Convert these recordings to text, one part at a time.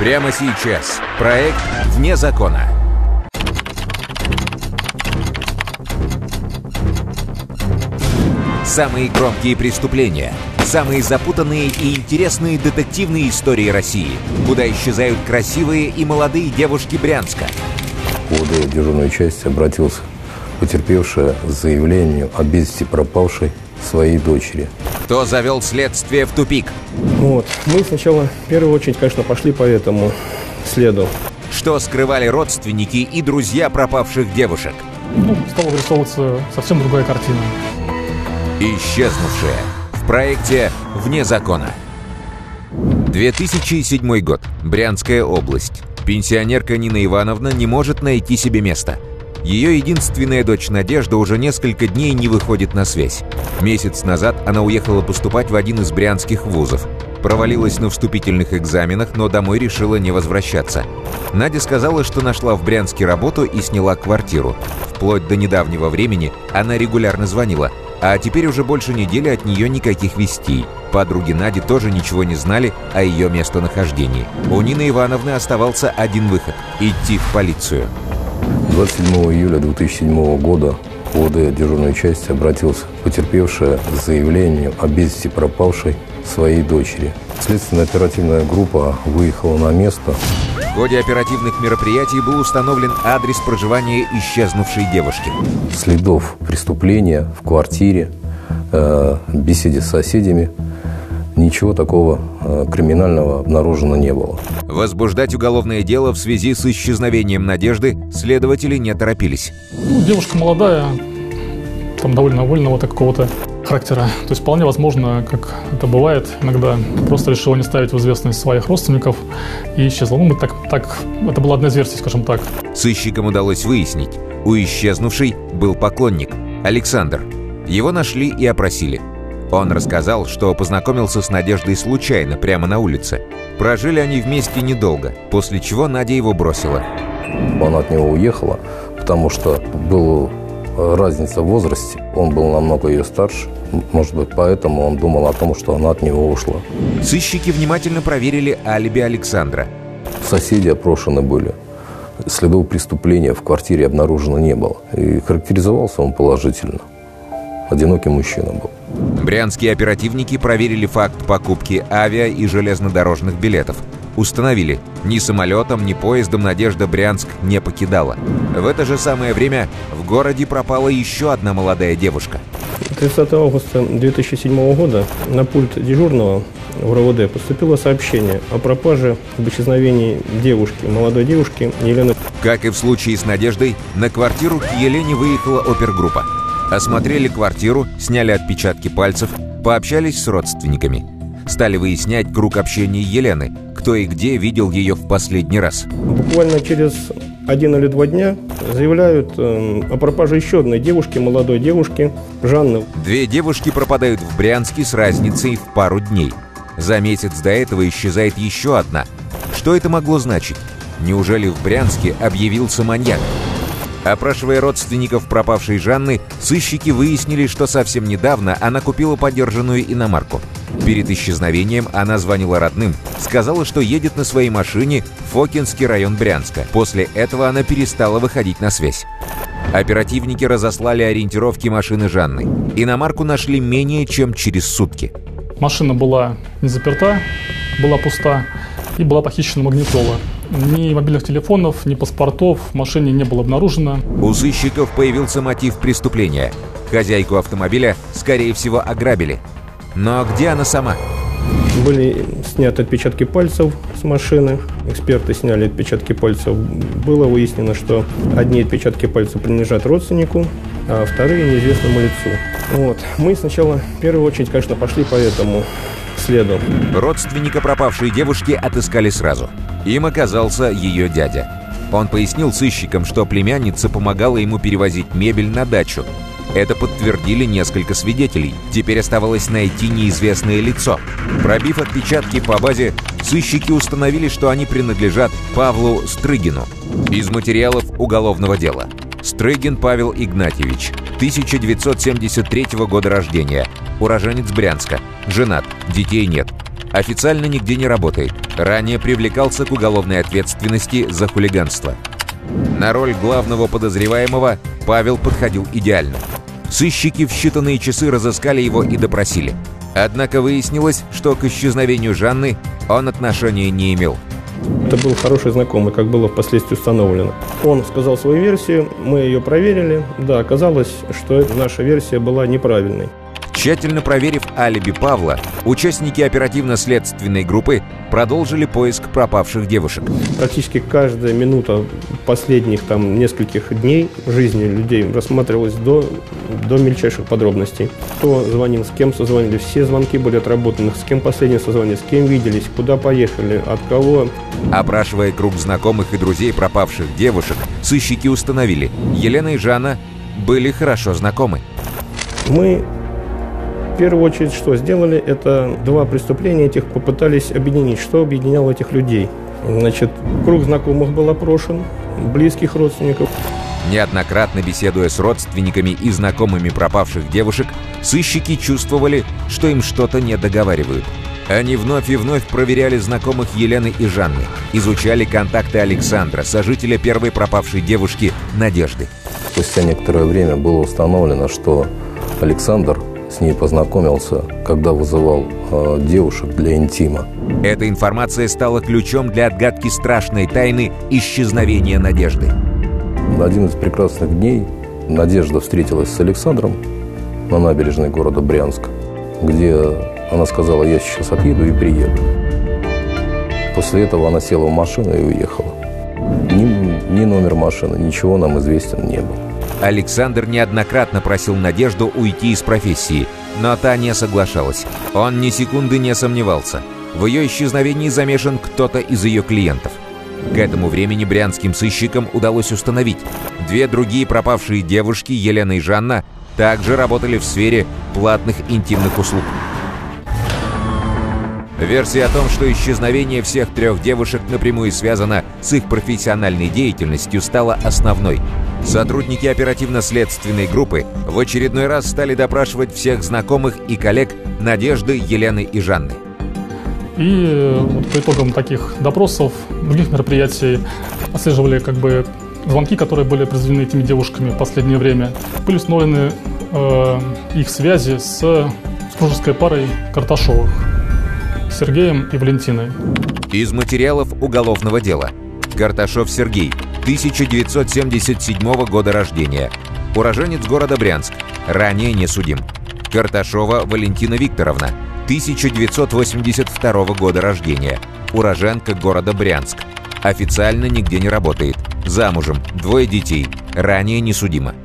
Прямо сейчас. Проект «Вне закона». Самые громкие преступления, самые запутанные и интересные детективные истории России, куда исчезают красивые и молодые девушки Брянска. В ОВД дежурную часть обратился потерпевшая с заявлением о без вести пропавшей своей дочери. Кто завел следствие в тупик? Мы сначала, в первую очередь, конечно, пошли по этому следу. Что скрывали родственники и друзья пропавших девушек? Стала вырисовываться совсем другая картина. Исчезнувшие. В проекте «Вне закона». 2007 год. Брянская область. Пенсионерка Нина Ивановна не может найти себе места. Ее единственная дочь Надежда уже несколько дней не выходит на связь. Месяц назад она уехала поступать в один из брянских вузов. Провалилась на вступительных экзаменах, но домой решила не возвращаться. Надя сказала, что нашла в Брянске работу и сняла квартиру. Вплоть до недавнего времени она регулярно звонила, а теперь уже больше недели от нее никаких вестей. Подруги Нади тоже ничего не знали о ее местонахождении. У Нины Ивановны оставался один выход – идти в полицию. 27 июля 2007 года в ОВД дежурную часть обратился потерпевшая с заявлением о без вести пропавшей своей дочери. Следственная оперативная группа выехала на место. В ходе оперативных мероприятий был установлен адрес проживания исчезнувшей девушки. Следов преступления в квартире, беседе с соседями, ничего такого криминального обнаружено не было. Возбуждать уголовное дело в связи с исчезновением Надежды следователи не торопились. Девушка молодая, довольно вольного такого-то характера. То есть вполне возможно, как это бывает иногда, просто решила не ставить в известность своих родственников и исчезла. Это была одна из версий, скажем так. Сыщикам удалось выяснить, у исчезнувшей был поклонник – Александр. Его нашли и опросили. Он рассказал, что познакомился с Надеждой случайно, прямо на улице. Прожили они вместе недолго, после чего Надя его бросила. Она от него уехала, потому что была разница в возрасте. Он был намного ее старше. Может быть, поэтому он думал о том, что она от него ушла. Сыщики внимательно проверили алиби Александра. Соседи опрошены были. Следов преступления в квартире обнаружено не было. И характеризовался он положительно. Одинокий мужчина был. Брянские оперативники проверили факт покупки авиа- и железнодорожных билетов. Установили, ни самолетом, ни поездом Надежда Брянск не покидала. В это же самое время в городе пропала еще одна молодая девушка. 30 августа 2007 года на пульт дежурного в РОВД поступило сообщение о пропаже, об исчезновении молодой девушки Елены. Как и в случае с Надеждой, на квартиру к Елене выехала опергруппа. Осмотрели квартиру, сняли отпечатки пальцев, пообщались с родственниками. Стали выяснять круг общения Елены, кто и где видел ее в последний раз. Буквально через 1 или 2 дня заявляют о пропаже еще одной девушки, молодой девушки, Жанны. 2 девушки пропадают в Брянске с разницей в пару дней. За месяц до этого исчезает еще одна. Что это могло значить? Неужели в Брянске объявился маньяк? Опрашивая родственников пропавшей Жанны, сыщики выяснили, что совсем недавно она купила подержанную иномарку. Перед исчезновением она звонила родным, сказала, что едет на своей машине в Фокинский район Брянска. После этого она перестала выходить на связь. Оперативники разослали ориентировки машины Жанны. Иномарку нашли менее чем через сутки. Машина была не заперта, была пуста и была похищена магнитола. Ни мобильных телефонов, ни паспортов в машине не было обнаружено. У сыщиков появился мотив преступления. Хозяйку автомобиля, скорее всего, ограбили. Но где она сама? Были сняты отпечатки пальцев с машины. Эксперты сняли отпечатки пальцев. Было выяснено, что одни отпечатки пальцев принадлежат родственнику, а вторые неизвестному лицу. Мы сначала, в первую очередь, конечно, пошли по этому следу. Родственника пропавшей девушки отыскали сразу. Им оказался ее дядя. Он пояснил сыщикам, что племянница помогала ему перевозить мебель на дачу. Это подтвердили несколько свидетелей. Теперь оставалось найти неизвестное лицо. Пробив отпечатки по базе, сыщики установили, что они принадлежат Павлу Стрыгину. Из материалов уголовного дела. Стрыгин Павел Игнатьевич, 1973 года рождения, уроженец Брянска, женат, детей нет. Официально нигде не работает. Ранее привлекался к уголовной ответственности за хулиганство. На роль главного подозреваемого Павел подходил идеально. Сыщики в считанные часы разыскали его и допросили. Однако выяснилось, что к исчезновению Жанны он отношения не имел. Это был хороший знакомый, как было впоследствии установлено. Он сказал свою версию, мы ее проверили. Да, оказалось, что наша версия была неправильной. Тщательно проверив алиби Павла, участники оперативно-следственной группы продолжили поиск пропавших девушек. Практически каждая минута последних нескольких дней жизни людей рассматривалась до мельчайших подробностей. Кто звонил, с кем созвонили, все звонки были отработаны, с кем последний созвонили, с кем виделись, куда поехали, от кого. Опрашивая круг знакомых и друзей пропавших девушек, сыщики установили, Елена и Жанна были хорошо знакомы. Мы в первую очередь что сделали, это два преступления этих попытались объединить. Что объединяло этих людей? Значит, круг знакомых был опрошен, близких родственников. Неоднократно беседуя с родственниками и знакомыми пропавших девушек, сыщики чувствовали, что им что-то не договаривают. Они вновь и вновь проверяли знакомых Елены и Жанны, изучали контакты Александра, сожителя первой пропавшей девушки Надежды. Спустя некоторое время было установлено, что Александр с ней познакомился, когда вызывал девушек для интима. Эта информация стала ключом для отгадки страшной тайны исчезновения Надежды. Один из прекрасных дней Надежда встретилась с Александром на набережной города Брянска, где она сказала: «Я сейчас отъеду и приеду». После этого она села в машину и уехала. Ни номер машины, ничего нам известен не был. Александр неоднократно просил Надежду уйти из профессии, но та не соглашалась. Он ни секунды не сомневался. В ее исчезновении замешан кто-то из ее клиентов. К этому времени брянским сыщикам удалось установить: две другие пропавшие девушки, Елена и Жанна, также работали в сфере платных интимных услуг. Версия о том, что исчезновение всех трех девушек напрямую связано с их профессиональной деятельностью, стала основной. Сотрудники оперативно-следственной группы в очередной раз стали допрашивать всех знакомых и коллег Надежды, Елены и Жанны. И по итогам таких допросов, других мероприятий отслеживали звонки, которые были произведены этими девушками в последнее время. Были установлены их связи с супружеской парой Карташовых, Сергеем и Валентиной. Из материалов уголовного дела. Карташов Сергей, 1977 года рождения. Уроженец города Брянск, ранее не судим. Карташова Валентина Викторовна, 1982 года рождения. Уроженка города Брянск. Официально нигде не работает. Замужем, 2 детей. Ранее не судима.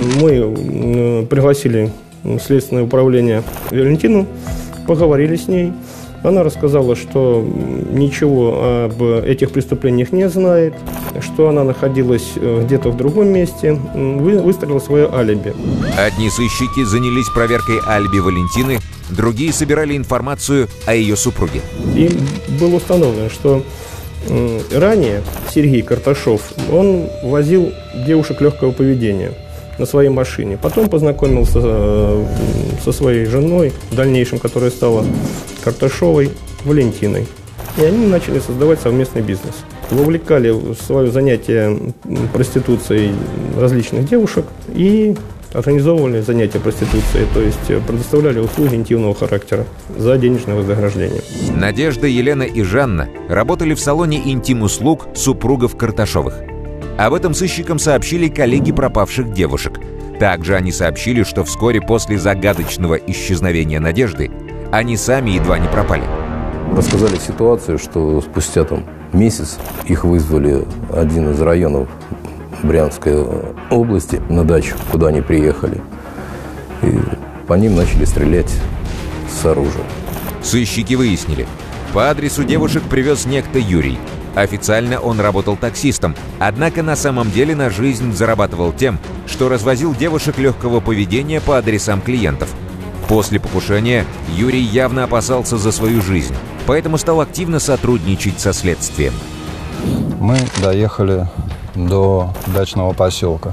Мы пригласили в следственное управление Валентину, поговорили с ней. Она рассказала, что ничего об этих преступлениях не знает, что она находилась где-то в другом месте, выстроила свое алиби. Одни сыщики занялись проверкой алиби Валентины, другие собирали информацию о ее супруге. И было установлено, что ранее Сергей Карташов, он возил девушек легкого поведения на своей машине. Потом познакомился со своей женой, в дальнейшем, которая стала Карташовой, Валентиной. И они начали создавать совместный бизнес. Вовлекали в свое занятие проституцией различных девушек и организовывали занятия проституцией, то есть предоставляли услуги интимного характера за денежное вознаграждение. Надежда, Елена и Жанна работали в салоне интим-услуг супругов Карташовых. Об этом сыщикам сообщили коллеги пропавших девушек. Также они сообщили, что вскоре после загадочного исчезновения Надежды они сами едва не пропали. Рассказали ситуацию, что спустя месяц их вызвали один из районов Брянской области на дачу, куда они приехали. И по ним начали стрелять с оружия. Сыщики выяснили: по адресу девушек привез некто Юрий. Официально он работал таксистом, однако на самом деле на жизнь зарабатывал тем, что развозил девушек легкого поведения по адресам клиентов. После покушения Юрий явно опасался за свою жизнь, поэтому стал активно сотрудничать со следствием. Мы доехали до дачного поселка.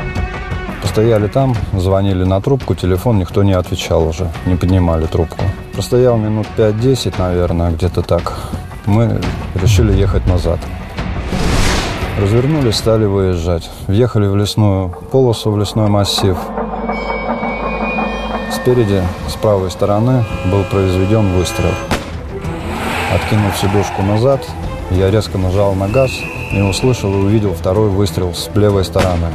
Постояли там, звонили на трубку, телефон никто не отвечал уже, не поднимали трубку. Простоял минут 5-10, наверное, где-то так. Мы решили ехать назад. Развернулись, стали выезжать. Въехали в лесную полосу, в лесной массив. Спереди, с правой стороны, был произведен выстрел. Откинув сидушку назад, я резко нажал на газ и услышал и увидел второй выстрел с левой стороны.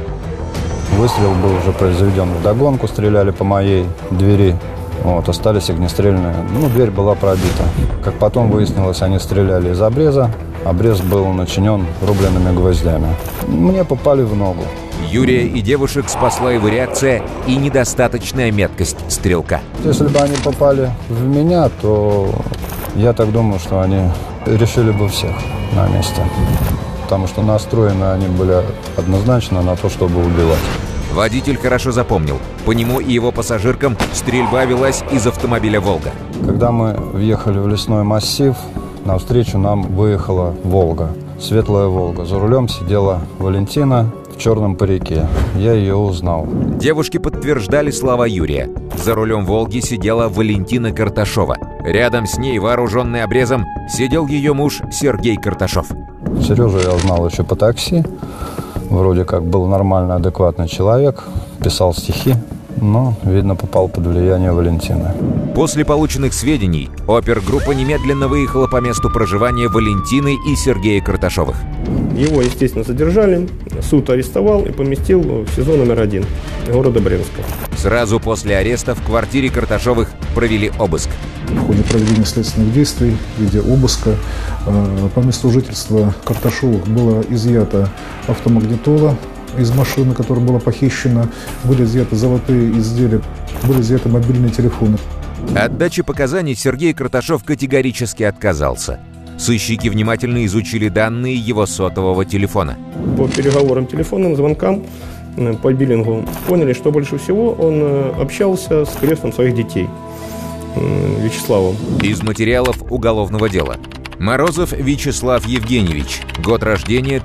Выстрел был уже произведен вдогонку, стреляли по моей двери. Остались огнестрельные. Дверь была пробита. Как потом выяснилось, они стреляли из обреза. Обрез был начинен рубленными гвоздями. Мне попали в ногу. Юрия и девушек спасла его реакция и недостаточная меткость стрелка. Если бы они попали в меня, то я так думаю, что они решили бы всех на месте. Потому что настроены они были однозначно на то, чтобы убивать. Водитель хорошо запомнил. По нему и его пассажиркам стрельба велась из автомобиля «Волга». Когда мы въехали в лесной массив, навстречу нам выехала «Волга». Светлая «Волга». За рулем сидела Валентина в черном парике. Я ее узнал. Девушки подтверждали слова Юрия. За рулем «Волги» сидела Валентина Карташова. Рядом с ней, вооруженный обрезом, сидел ее муж Сергей Карташов. Сережу я узнал еще по такси. Вроде как был нормальный, адекватный человек. Писал стихи, но, видно, попал под влияние Валентины. После полученных сведений опергруппа немедленно выехала по месту проживания Валентины и Сергея Карташовых. Его, естественно, задержали, суд арестовал и поместил в СИЗО номер 1 города Брянска. Сразу после ареста в квартире Карташовых провели обыск. В ходе проведения следственных действий в виде обыска по месту жительства Карташовых было изъято автомагнитола из машины, которая была похищена, были изъяты золотые изделия, были изъяты мобильные телефоны. От дачи показаний Сергей Карташов категорически отказался. Сыщики внимательно изучили данные его сотового телефона. По переговорам, телефонным звонкам, по биллингу поняли, что больше всего он общался с крестным своих детей, Вячеславом. Из материалов уголовного дела. Морозов Вячеслав Евгеньевич, год рождения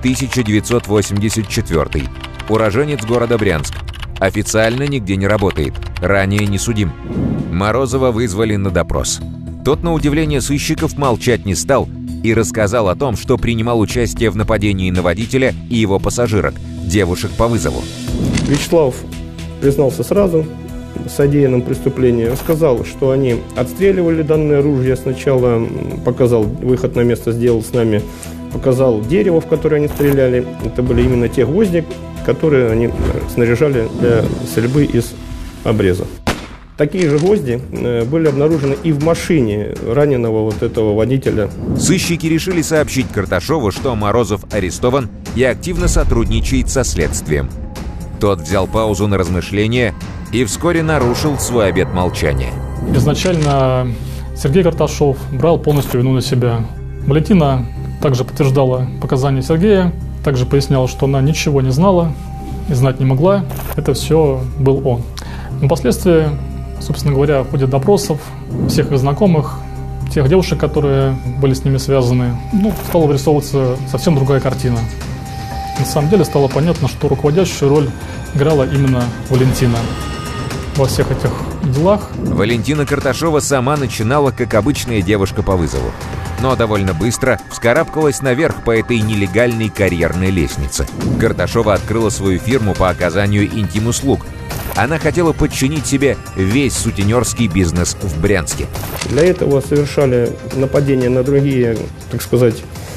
1984, уроженец города Брянск. Официально нигде не работает, ранее не судим. Морозова вызвали на допрос. Тот, на удивление сыщиков, молчать не стал и рассказал о том, что принимал участие в нападении на водителя и его пассажирок, девушек по вызову. Вячеслав признался сразу в содеянном преступлении, рассказал, что они отстреливали данное ружье. Сначала показал выход на место, сделал с нами, показал дерево, в которое они стреляли. Это были именно те гвозди, которые они снаряжали для стрельбы из обреза. Такие же гвозди были обнаружены и в машине раненого вот этого водителя. Сыщики решили сообщить Карташову, что Морозов арестован и активно сотрудничает со следствием. Тот взял паузу на размышления и вскоре нарушил свой обет молчания. Изначально Сергей Карташов брал полностью вину на себя. Валентина также подтверждала показания Сергея, также поясняла, что она ничего не знала и знать не могла. Это все был он. Но впоследствии, собственно говоря, в ходе допросов всех их знакомых, тех девушек, которые были с ними связаны, стала вырисовываться совсем другая картина. На самом деле стало понятно, что руководящую роль играла именно Валентина во всех этих делах. Валентина Карташова сама начинала как обычная девушка по вызову, но довольно быстро вскарабкалась наверх по этой нелегальной карьерной лестнице. Карташова открыла свою фирму по оказанию интим-услуг. Она хотела подчинить себе весь сутенерский бизнес в Брянске. Для этого совершали нападения на другие, так сказать,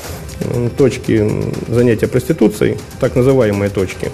точки занятия проституцией, так называемые точки,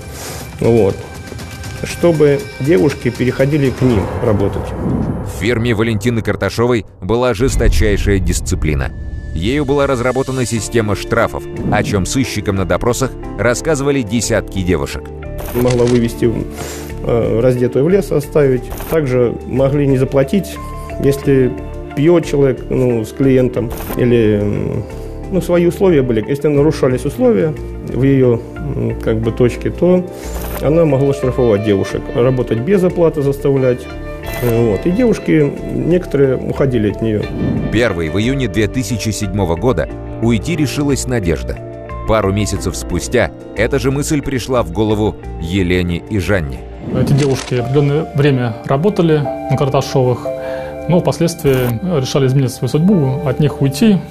чтобы девушки переходили к ним работать. В фирме Валентины Карташовой была жесточайшая дисциплина. Ею была разработана система штрафов, о чем сыщикам на допросах рассказывали десятки девушек. Могла вывести раздетую в лес, оставить. Также могли не заплатить, если пьет человек с клиентом или свои условия были. Если нарушались условия в ее точке, то она могла штрафовать девушек, работать без оплаты заставлять. И девушки некоторые уходили от нее. Первой в июне 2007 года уйти решилась Надежда. Пару месяцев спустя эта же мысль пришла в голову Елене и Жанне. Эти девушки определенное время работали на Карташовых, но впоследствии решали изменить свою судьбу, от них уйти,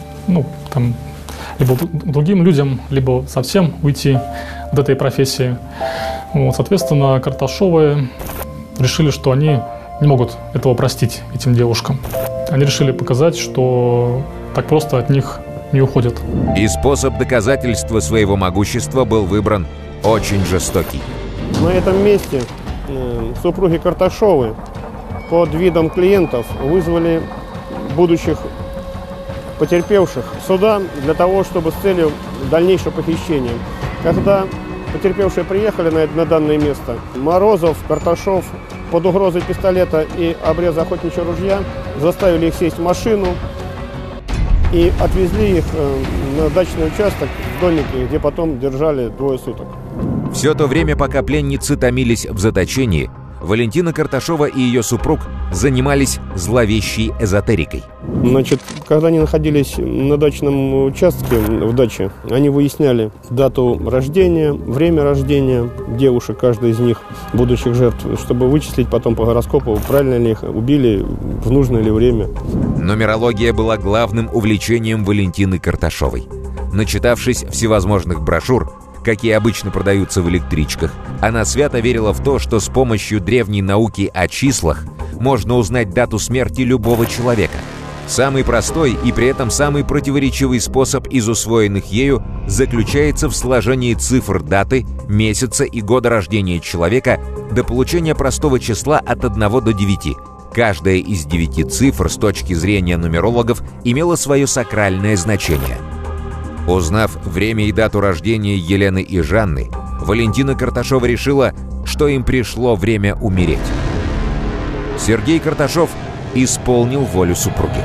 либо другим людям, либо совсем уйти от этой профессии. Соответственно, Карташовы решили, что они не могут этого простить этим девушкам. Они решили показать, что так просто от них не уходят. И способ доказательства своего могущества был выбран очень жестокий. На этом месте супруги Карташовы под видом клиентов вызвали будущих потерпевших сюда для того, чтобы с целью дальнейшего похищения. Когда потерпевшие приехали на данное место, Морозов, Карташов под угрозой пистолета и обреза охотничьего ружья заставили их сесть в машину и отвезли их на дачный участок в домике, где потом держали 2 суток. Все то время, пока пленницы томились в заточении, Валентина Карташова и ее супруг занимались зловещей эзотерикой. Когда они находились на дачном участке, в даче, они выясняли дату рождения, время рождения девушек, каждой из них, будущих жертв, чтобы вычислить потом по гороскопу, правильно ли их убили, в нужное ли время. Нумерология была главным увлечением Валентины Карташовой. Начитавшись всевозможных брошюр, какие обычно продаются в электричках, она свято верила в то, что с помощью древней науки о числах можно узнать дату смерти любого человека. Самый простой и при этом самый противоречивый способ из усвоенных ею заключается в сложении цифр даты, месяца и года рождения человека до получения простого числа от 1 до 9. Каждая из 9 цифр с точки зрения нумерологов имела свое сакральное значение. Узнав время и дату рождения Елены и Жанны, Валентина Карташова решила, что им пришло время умереть. Сергей Карташов исполнил волю супруги.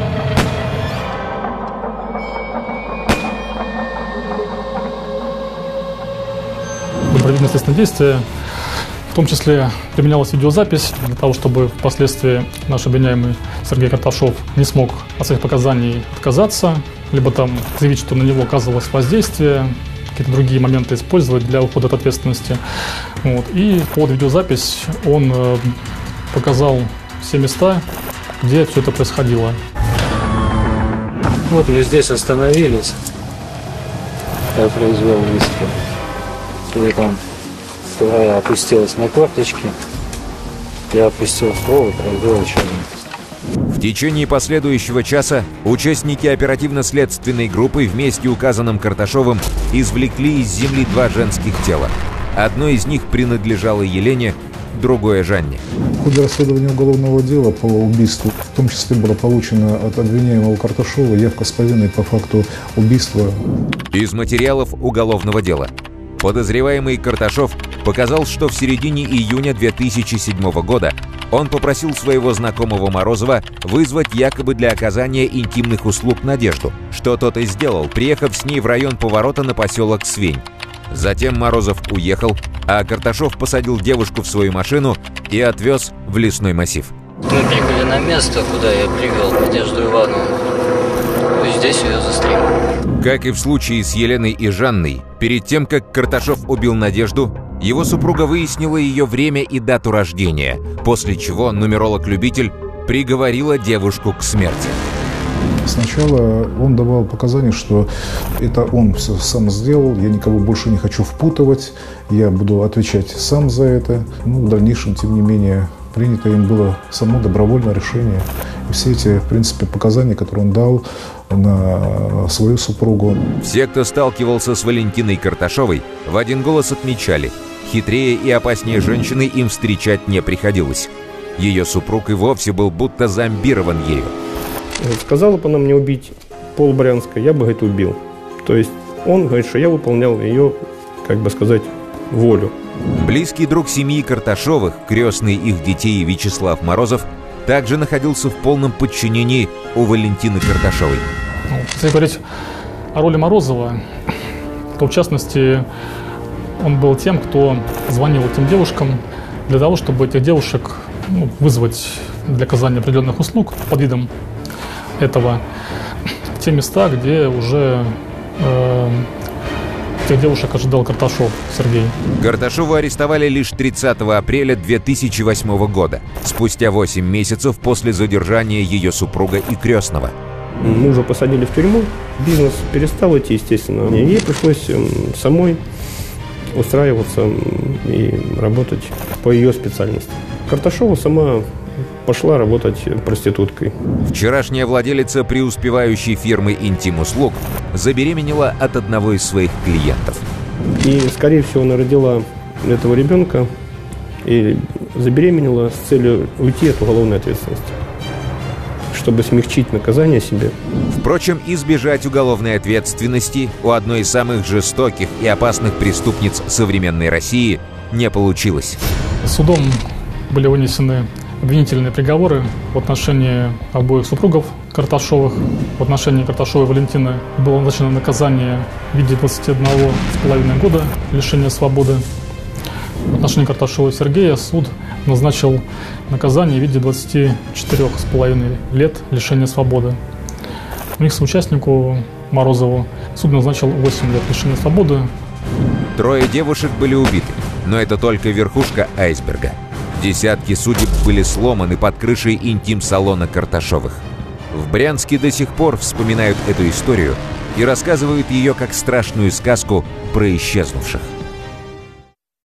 Были проведены следственные действия, в том числе применялась видеозапись для того, чтобы впоследствии наш обвиняемый Сергей Карташов не смог от своих показаний отказаться, либо заявить, что на него оказывалось воздействие, какие-то другие моменты использовать для ухода от ответственности. И под видеозапись он показал все места, где все это происходило. Вот мы здесь остановились. Я произвел выстрел. Вторая опустилась на корточки. Я опустил ствол и произвел еще один. В течение последующего часа участники оперативно-следственной группы вместе указанным Карташовым извлекли из земли 2 женских тела. Одно из них принадлежало Елене, другое — Жанне. В ходе расследования уголовного дела по убийству, в том числе была получена от обвиняемого Карташова явка с повинной по факту убийства. Из материалов уголовного дела подозреваемый Карташов показал, что в середине июня 2007 года он попросил своего знакомого Морозова вызвать якобы для оказания интимных услуг Надежду, что тот и сделал, приехав с ней в район поворота на поселок Свень. Затем Морозов уехал, а Карташов посадил девушку в свою машину и отвез в лесной массив. Мы прибыли на место, куда я привел Надежду Ивановну. Здесь ее застрелил. Как и в случае с Еленой и Жанной, перед тем, как Карташов убил Надежду, его супруга выяснила ее время и дату рождения, после чего нумеролог-любитель приговорила девушку к смерти. Сначала он давал показания, что это он все сам сделал, я никого больше не хочу впутывать, я буду отвечать сам за это. В дальнейшем, тем не менее, принято им было само добровольное решение. И все эти, в принципе, показания, которые он дал на свою супругу. Все, кто сталкивался с Валентиной Карташовой, в один голос отмечали: хитрее и опаснее женщины им встречать не приходилось. Ее супруг и вовсе был будто зомбирован ею. Сказала бы она мне убить полбрянска, я бы, говорит, убил. То есть он говорит, что я выполнял ее, волю. Близкий друг семьи Карташовых, крестный их детей Вячеслав Морозов, также находился в полном подчинении у Валентины Карташовой. Если говорить о роли Морозова, то в частности он был тем, кто звонил этим девушкам для того, чтобы этих девушек вызвать для оказания определенных услуг под видом этого в те места, где уже Тех девушек ожидал Карташов Сергей. Карташову арестовали лишь 30 апреля 2008 года, спустя 8 месяцев после задержания ее супруга и крестного. Мужа посадили в тюрьму, бизнес перестал идти, естественно. Ей пришлось самой устраиваться и работать по ее специальности. Карташова сама пошла работать проституткой. Вчерашняя владелица преуспевающей фирмы «Интим-услуг» забеременела от одного из своих клиентов. И, скорее всего, она родила этого ребенка и забеременела с целью уйти от уголовной ответственности, чтобы смягчить наказание себе. Впрочем, избежать уголовной ответственности у одной из самых жестоких и опасных преступниц современной России не получилось. Судом были вынесены обвинительные приговоры в отношении обоих супругов Карташовых. В отношении Карташовой Валентины было назначено наказание в виде 21,5 года лишения свободы. В отношении Карташова Сергея суд назначил наказание в виде 24,5 лет лишения свободы. У них соучастнику Морозову суд назначил 8 лет лишения свободы. 3 девушек были убиты, но это только верхушка айсберга. Десятки судеб были сломаны под крышей интим-салона Карташовых. В Брянске до сих пор вспоминают эту историю и рассказывают ее как страшную сказку про исчезнувших.